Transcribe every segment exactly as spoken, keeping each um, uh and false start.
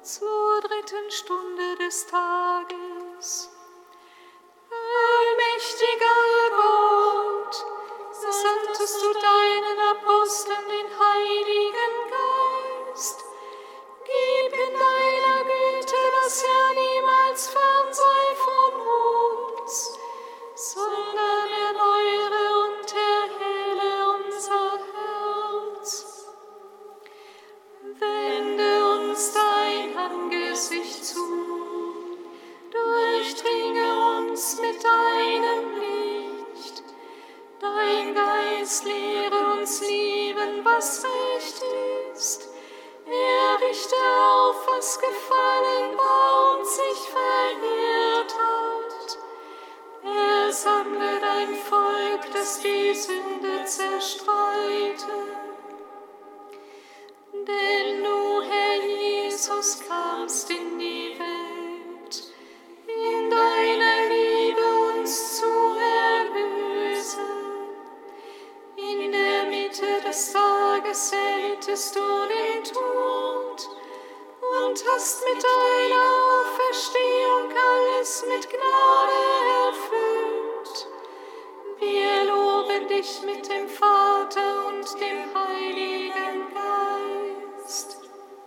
zur dritten Stunde des Tages. Allmächtiger Gott, sandtest du deinen Aposteln den Heiligen Geist. Gib in deiner Güte, dass er niemals fern sei von uns, sondern erneuere und erhelle unser Herz. Wende uns dein Angesicht zu, durchdringe uns mit deinem Licht. Dein Geist lehre uns lieben, was recht ist. Er richte auf, was gefallen war und sich verheert hat. Er sammle dein Volk, das die Sünde zerstreite. Denn du, Herr Jesus, kamst in die Welt, in deiner Liebe uns zu erlösen. In der Mitte des Tages erlittest du den Tod und hast mit deiner Auferstehung alles mit Gnade erfüllt. Wir loben dich mit dem Vater und dem Heiligen Geist.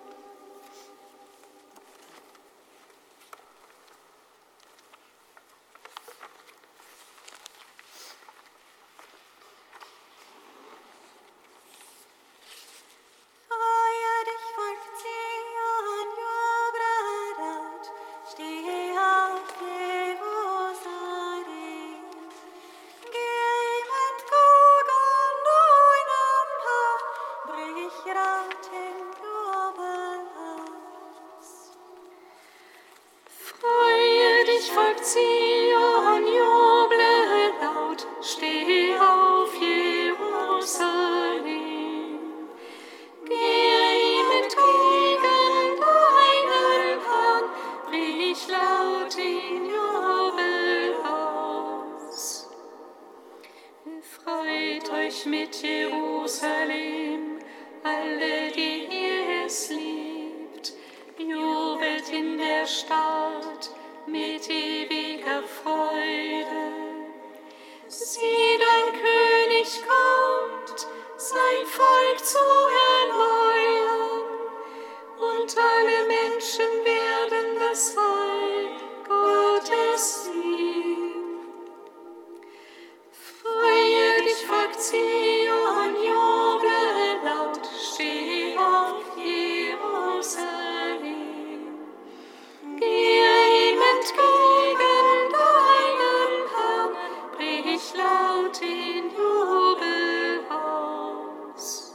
Mit Jerusalem, alle, die ihr es liebt, jubelt in der Stadt mit ewiger Freude. Sieh, dein König kommt, sein Volk zu erneuern, und alle Menschen werden das Heil Gottes sehen. Freue dich, Volk Zion, juble laut, steh auf Jerusalem. Gehe ihm entgegen, deinem Herrn, brich laut den Jubel aus.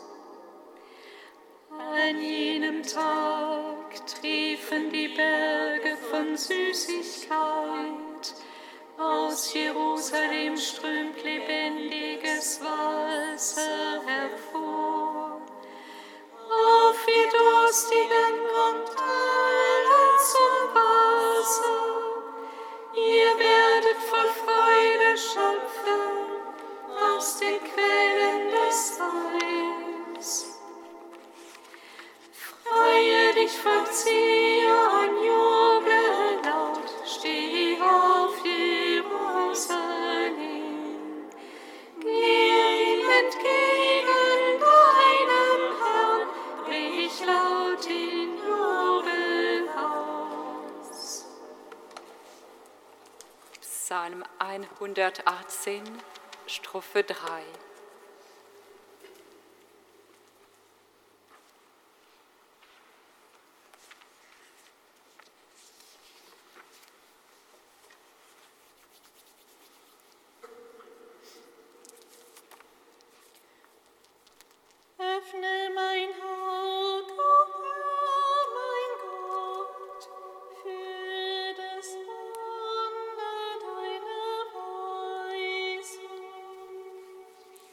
An jenem Tag triefen die Berge von Süßigkeit, aus Jerusalem strömt lebendiges Wasser hervor. Auf ihr Durstigen kommt alle zum Wasser. Ihr werdet voll Freude schöpfen aus den Quellen des Heils. Freue dich, Volk Zion, juble laut, steh auf Jerusalem. Geh ihm entgegen, deinem Herrn, brich laut den Jubel aus. Psalm hundertachtzehn, Strophe drei. Öffne mein Haupt, o Herr, mein Gott, für das Wunder deiner Weisung.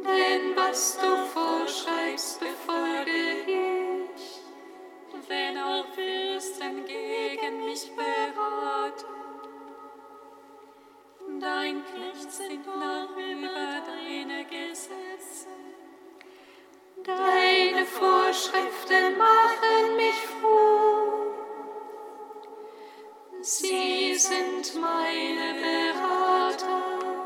Denn was du vorschreibst, befolge ich. Wenn auch Fürsten gegen mich beraten, dein Knecht sinnt nach über deine Gesetze. Deine Vorschriften machen mich froh. Sie sind meine Berater.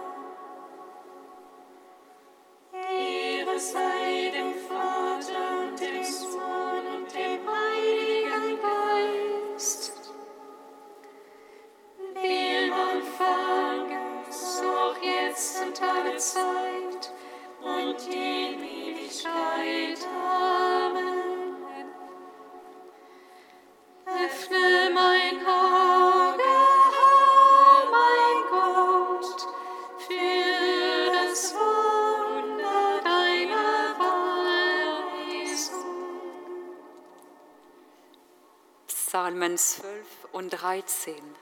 Ehre sei dem Vater und dem Sohn und dem Heiligen Geist. Wie im Anfang, so auch jetzt und alle Zeit und in Ewigkeit. Amen. Öffne mein Auge, Herr, mein Gott, für das Wunder deiner Weisung. Psalmen zwölf und dreizehn.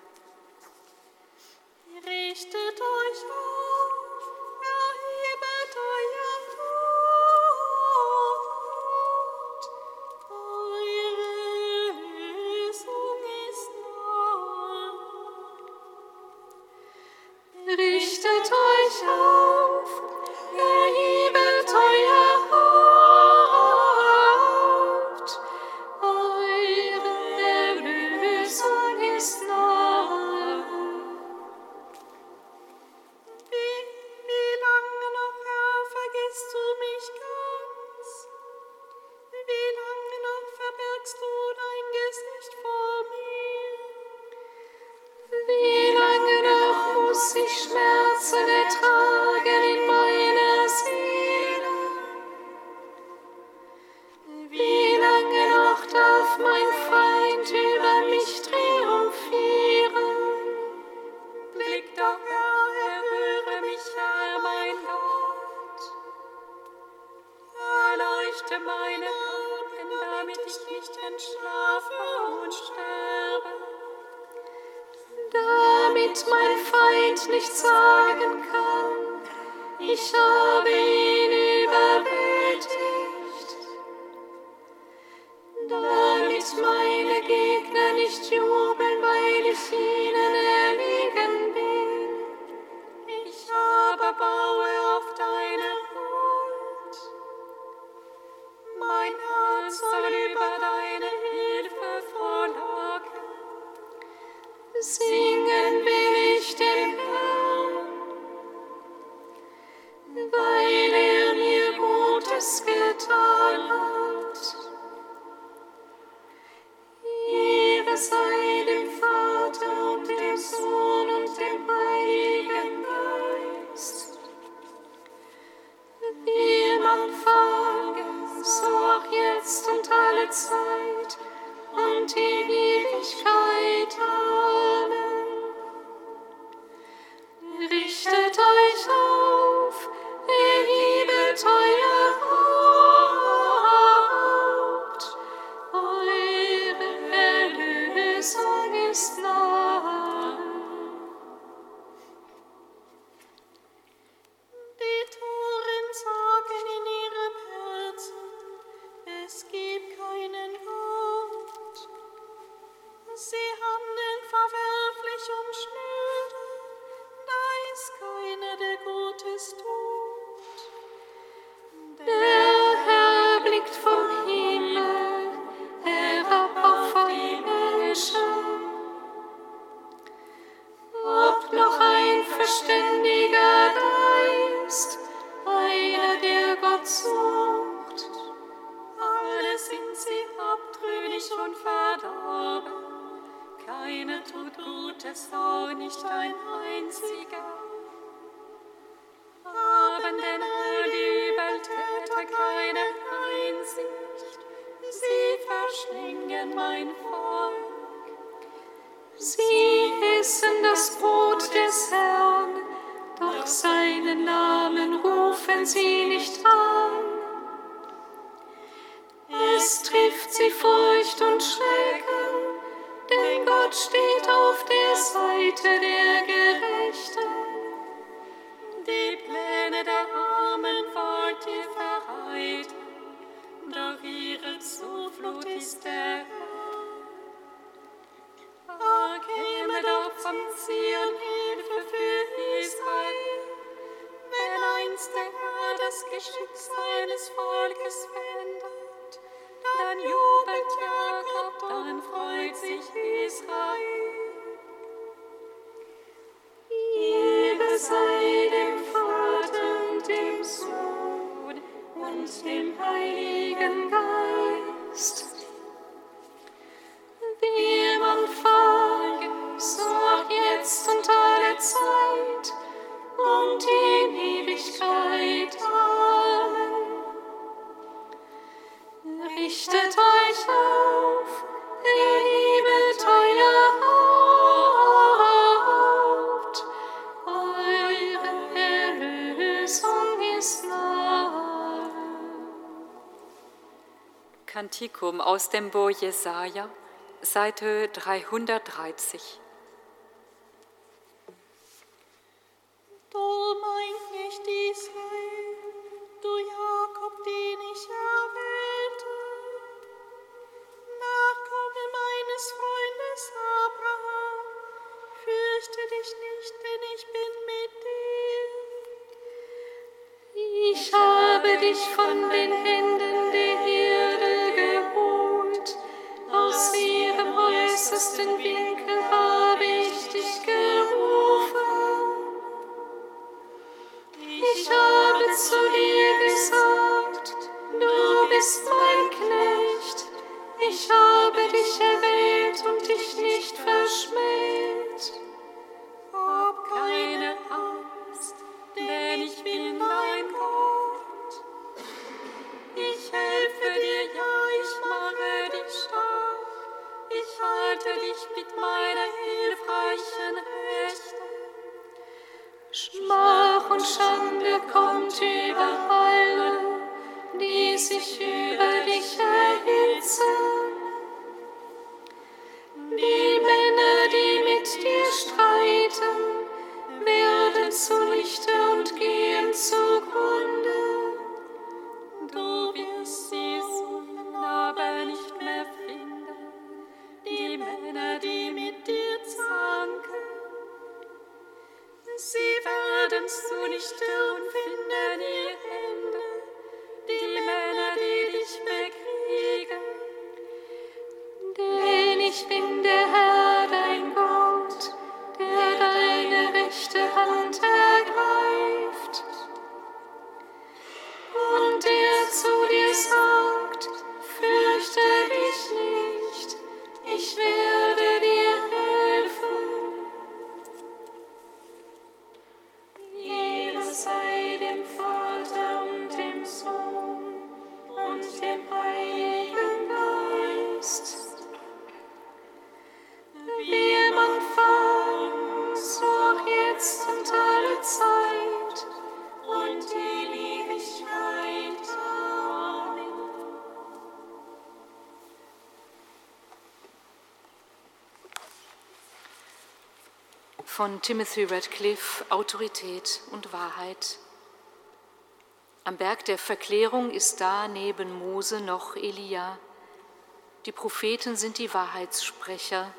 Richtet euch auf, erhebet euer Haupt, eure Lösung ist nah. Richtet euch auf, erhebet euer Haupt, eure Erlösung ist nahe. Wie, wie lange noch, Herr, vergisst du mich ganz? Wie lange noch verbirgst du dein Gesicht vor mir? Wie lange noch muss ich Schmerzen ertragen in meiner Seele? Wie lange noch darf mein Feind über mich triumphieren? Blick doch, Herr, erhöre mich, Herr, mein Gott. Erleuchte meine Augen, damit ich nicht entschlafe und sterbe. Damit mein Feind nicht sagen kann, ich habe ihn überwältigt. Damit meine Gegner nicht jubeln, weil ich ihnen erlegen bin. Ich aber baue auf deine Huld. Mein Herz soll über deine Hilfe frohlocken. Singen will ich dem Herrn, weil er mir Gutes getan hat. Ehre sei dem Vater und dem Sohn und dem Heiligen Geist. Wie im Anfang, so auch jetzt und alle Zeit und in Ewigkeit. Amen. Richtet euch auf, erhebet euer Haupt, eure Erlösung ist nahe. Die Toren sagen in ihrem Herzen, es gibt keinen Gott. Sie handeln verwerflich und schnöde, da ist keiner, der Gutes tut. Der Herr blickt vom Himmel herab auf die Menschen. Ob noch ein Verständiger da ist, einer, der Gott sucht. Alle sind sie abtrünnig und verdorben. Keiner tut Gutes, auch nicht ein einziger. Haben denn all die Übeltäter keine Einsicht? Sie verschlingen mein Volk. Sie essen das Brot des Herrn, doch seinen Namen rufen sie nicht an. Es trifft sie Furcht und Schrecken, denn Gott steht auf der Seite der Gerechten. Die Pläne der Armen folgt Geschick seines Volkes wendet. Dann jubelt Jakob, dann freut sich Israel. Ehre sei dem Vater und dem Sohn und dem Heiligen Geist, wie im Anfang, so auch jetzt und alle Zeit und in Ewigkeit. Amen. Richtet euch auf, erhebet euer Haupt, eure Erlösung ist nahe. Kantikum aus dem Buch Jesaja, Seite dreihundertdreißig. Du mein Knecht Israel, du Jakob, den ich erwählte, Nachkomme meines Freundes Abraham, fürchte dich nicht, denn ich bin mit dir. Ich habe dich von den Händen der Erde geholt, aus ihrem äußersten Winkel habe ich dich gerufen. Ich habe zu dir gesagt, du bist mein Knecht. Ich habe dich erwählt und dich nicht verschmäht. Hab keine Angst, denn ich bin dein Gott. Ich helfe dir, ja, ich mache dich stark. Ich halte dich mit meiner hilfreichen Rechte. Schmach und Schande kommt über alle, die sich über dich erhitzen. Die Männer, die mit dir streiten, werden zunichte und gehen zugrunde. Du wirst sie suchen, aber nicht mehr finden. Die Männer, die mit dir zanken. Sie werden zunichte und finden ihr Ende, die Männer, die dich bekriegen. Denn ich bin der Herr, dein Gott, der deine rechte Hand ergreift und der zu dir sagt, fürchte dich nicht, ich werde dir helfen. Ehre sei dem Vater und dem Sohn und dem Heiligen Geist, wie im Anfang, so auch jetzt und alle Zeit und in Ewigkeit. Amen. Von Timothy Radcliffe, Autorität und Wahrheit. Am Berg der Verklärung ist da neben Mose noch Elia. Die Propheten sind die Wahrheitssprecher.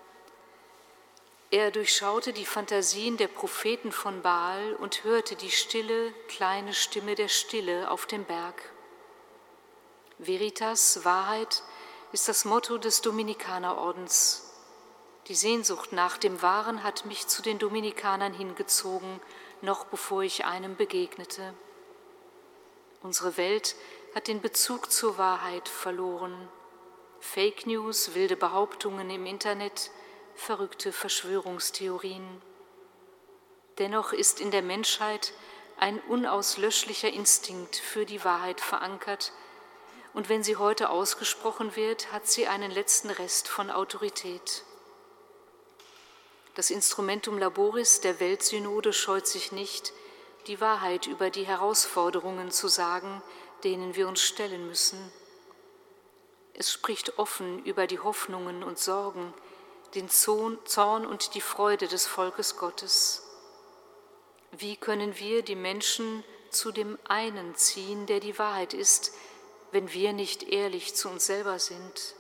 Er durchschaute die Fantasien der Propheten von Baal und hörte die stille, kleine Stimme der Stille auf dem Berg. Veritas, Wahrheit, ist das Motto des Dominikanerordens. Die Sehnsucht nach dem Wahren hat mich zu den Dominikanern hingezogen, noch bevor ich einem begegnete. Unsere Welt hat den Bezug zur Wahrheit verloren. Fake News, wilde Behauptungen im Internet, verrückte Verschwörungstheorien. Dennoch ist in der Menschheit ein unauslöschlicher Instinkt für die Wahrheit verankert, und wenn sie heute ausgesprochen wird, hat sie einen letzten Rest von Autorität. Das Instrumentum Laboris der Weltsynode scheut sich nicht, die Wahrheit über die Herausforderungen zu sagen, denen wir uns stellen müssen. Es spricht offen über die Hoffnungen und Sorgen, den Zorn und die Freude des Volkes Gottes. Wie können wir die Menschen zu dem einen ziehen, der die Wahrheit ist, wenn wir nicht ehrlich zu uns selber sind?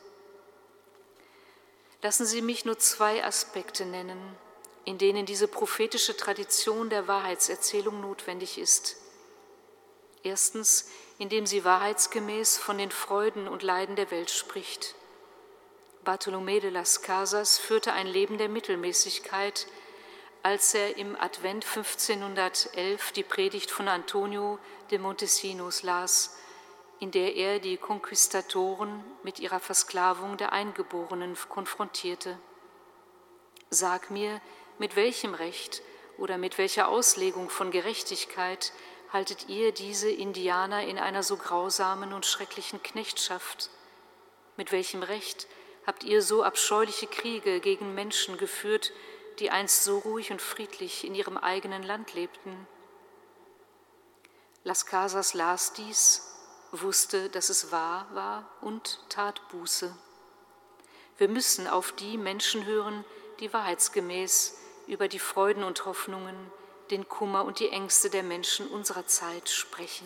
Lassen Sie mich nur zwei Aspekte nennen, in denen diese prophetische Tradition der Wahrheitserzählung notwendig ist. Erstens, indem sie wahrheitsgemäß von den Freuden und Leiden der Welt spricht. Bartolomé de las Casas führte ein Leben der Mittelmäßigkeit, als er im Advent fünfzehnhundertelf die Predigt von Antonio de Montesinos las, in der er die Konquistadoren mit ihrer Versklavung der Eingeborenen konfrontierte. Sag mir, mit welchem Recht oder mit welcher Auslegung von Gerechtigkeit haltet ihr diese Indianer in einer so grausamen und schrecklichen Knechtschaft? Mit welchem Recht habt ihr so abscheuliche Kriege gegen Menschen geführt, die einst so ruhig und friedlich in ihrem eigenen Land lebten? Las Casas las dies, wusste, dass es wahr war und tat Buße. Wir müssen auf die Menschen hören, die wahrheitsgemäß über die Freuden und Hoffnungen, den Kummer und die Ängste der Menschen unserer Zeit sprechen.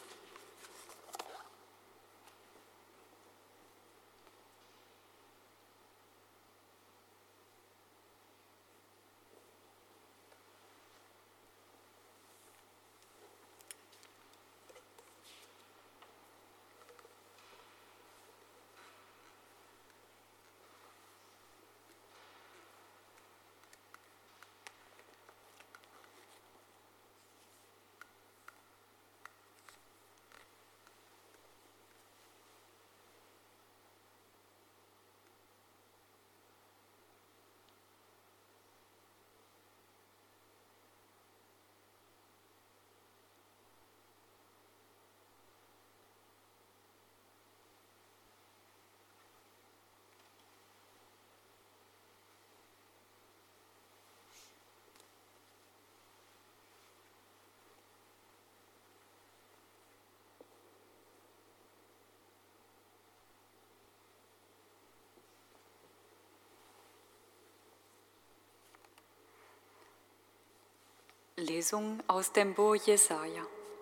Lesung aus dem Buch Jesaja.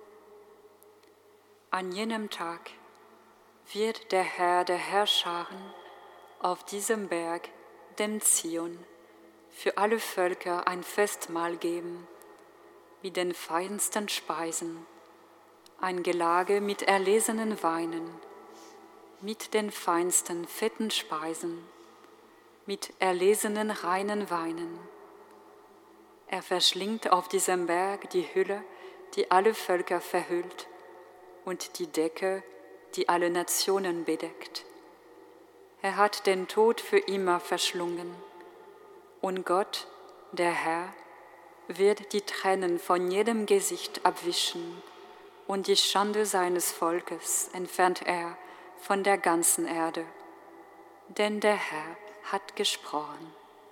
An jenem Tag wird der Herr der Herrscharen auf diesem Berg, dem Zion, für alle Völker ein Festmahl geben, mit den feinsten Speisen, ein Gelage mit erlesenen Weinen, mit den feinsten fetten Speisen, mit erlesenen reinen Weinen. Er verschlingt auf diesem Berg die Hülle, die alle Völker verhüllt, und die Decke, die alle Nationen bedeckt. Er hat den Tod für immer verschlungen, und Gott, der Herr, wird die Tränen von jedem Gesicht abwischen, und die Schande seines Volkes entfernt er von der ganzen Erde. Denn der Herr hat gesprochen.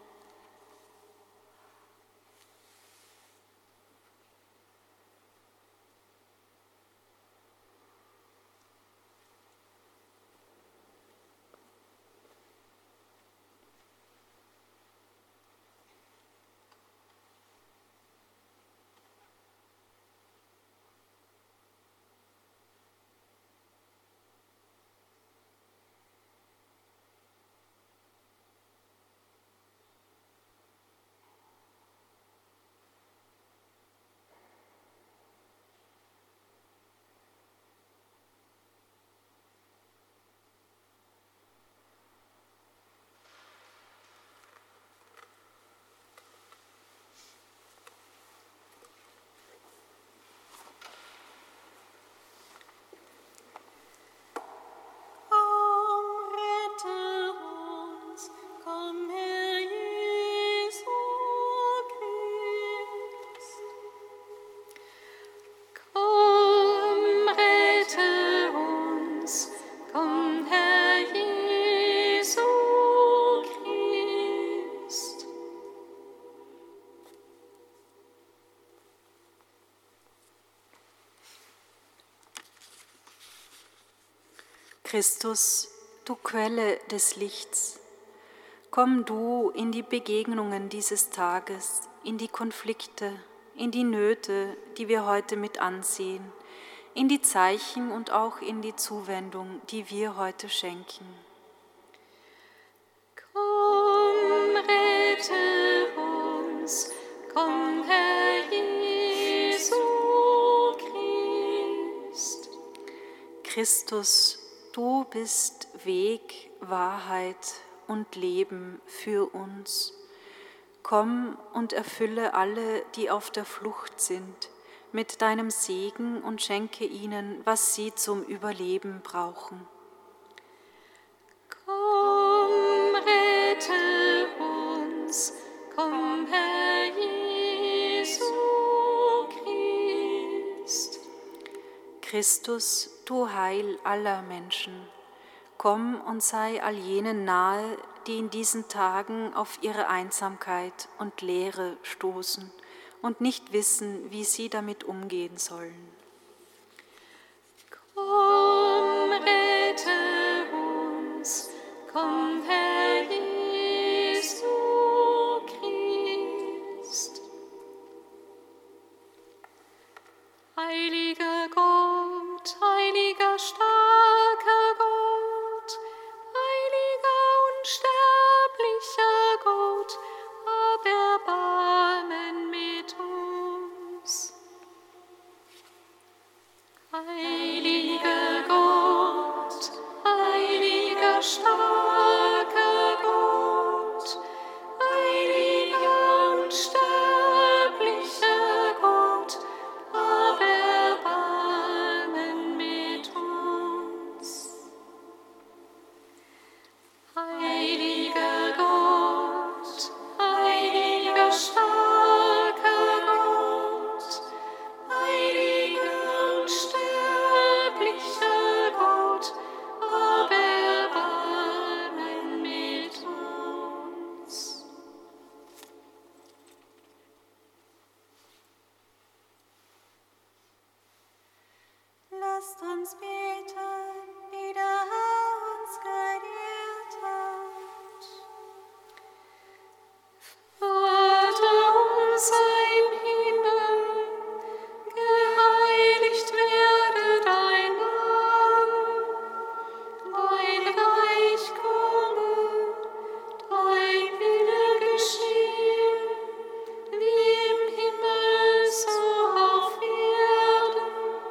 Christus, du Quelle des Lichts, komm du in die Begegnungen dieses Tages, in die Konflikte, in die Nöte, die wir heute mit ansehen, in die Zeichen und auch in die Zuwendung, die wir heute schenken. Komm, rette uns, komm, Herr Jesu Christus, du bist Weg, Wahrheit und Leben für uns. Komm und erfülle alle, die auf der Flucht sind, mit deinem Segen und schenke ihnen, was sie zum Überleben brauchen. Komm, rette uns, komm, Herr Jesu Christ. Christus, du Heil aller Menschen, komm und sei all jenen nahe, die in diesen Tagen auf ihre Einsamkeit und Leere stoßen und nicht wissen, wie sie damit umgehen sollen. Komm, rette uns, komm, Herr Jesu Christ. Heiliger Gott, heiliger, starker Gott, heiliger, unsterblicher Gott, hab Erbarmen mit uns. Heiliger Gott, heiliger, starker Gott, heiliger, unsterblicher Gott, hab Erbarmen mit uns. Heiliger Gott, heiliger, starker Gott, heiliger, unsterblicher Gott, hab Erbarmen mit uns. Lasst uns beten, wie der Herr uns gelehrt hat. Vater unser im Himmel, geheiligt werde dein Name, dein Reich komme, dein Wille geschehe, wie im Himmel so auf Erden.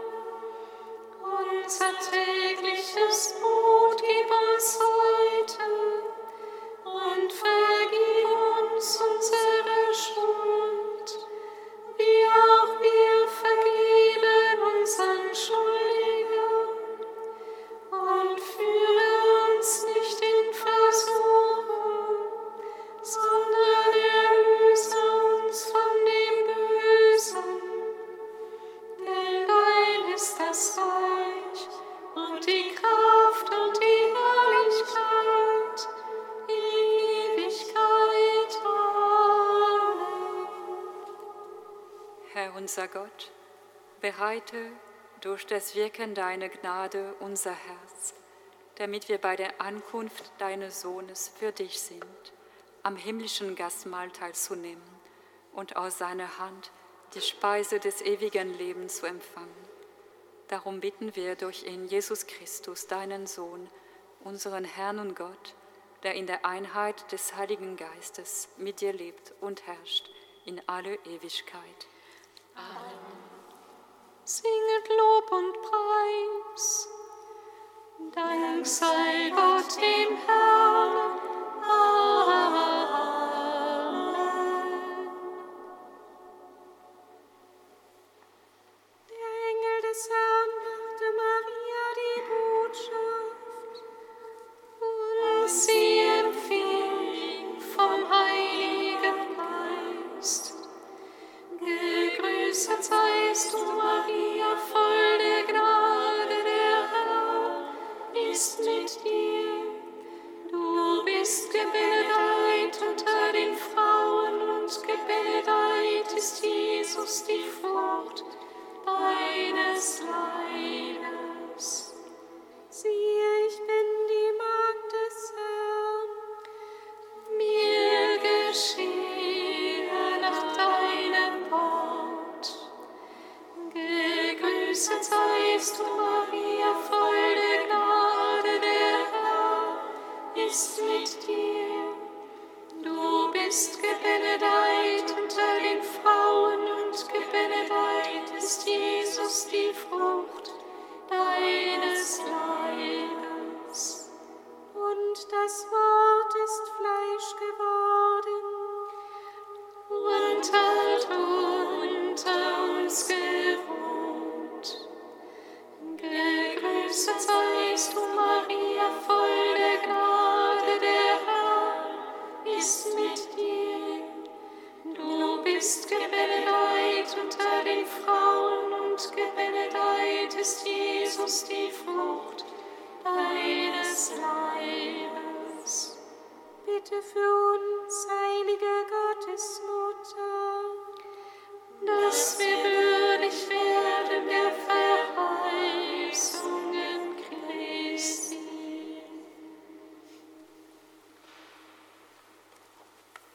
Unser tägliches Brot gib uns heute und vergib uns unsere Schuld, wie auch wir vergeben unseren Schuldigern. Und führe uns nicht in Versuchung, sondern erlöse uns von dem Bösen. Denn dein ist das Reich und die Kraft und die Herrlichkeit in Ewigkeit. Amen. Herr unser Gott, bereite durch das Wirken deiner Gnade unser Herz, damit wir bei der Ankunft deines Sohnes für dich sind, am himmlischen Gastmahl teilzunehmen und aus seiner Hand die Speise des ewigen Lebens zu empfangen. Darum bitten wir durch ihn, Jesus Christus, deinen Sohn, unseren Herrn und Gott, der in der Einheit des Heiligen Geistes mit dir lebt und herrscht in alle Ewigkeit. Singet Lob und Preis. Dank sei Gott dem Herrn. Amen. Der Engel des Herrn brachte Maria die Botschaft. Und sie empfing vom Heiligen Geist. Gegrüßet seist du, Maria, voll der Gnade, der Herr ist mit dir. Gegrüßet seist du, Maria, voll der Gnade, der Herr ist mit dir. Du bist gebenedeit unter den Frauen und gebenedeit ist Jesus, die Frucht deines Leibes.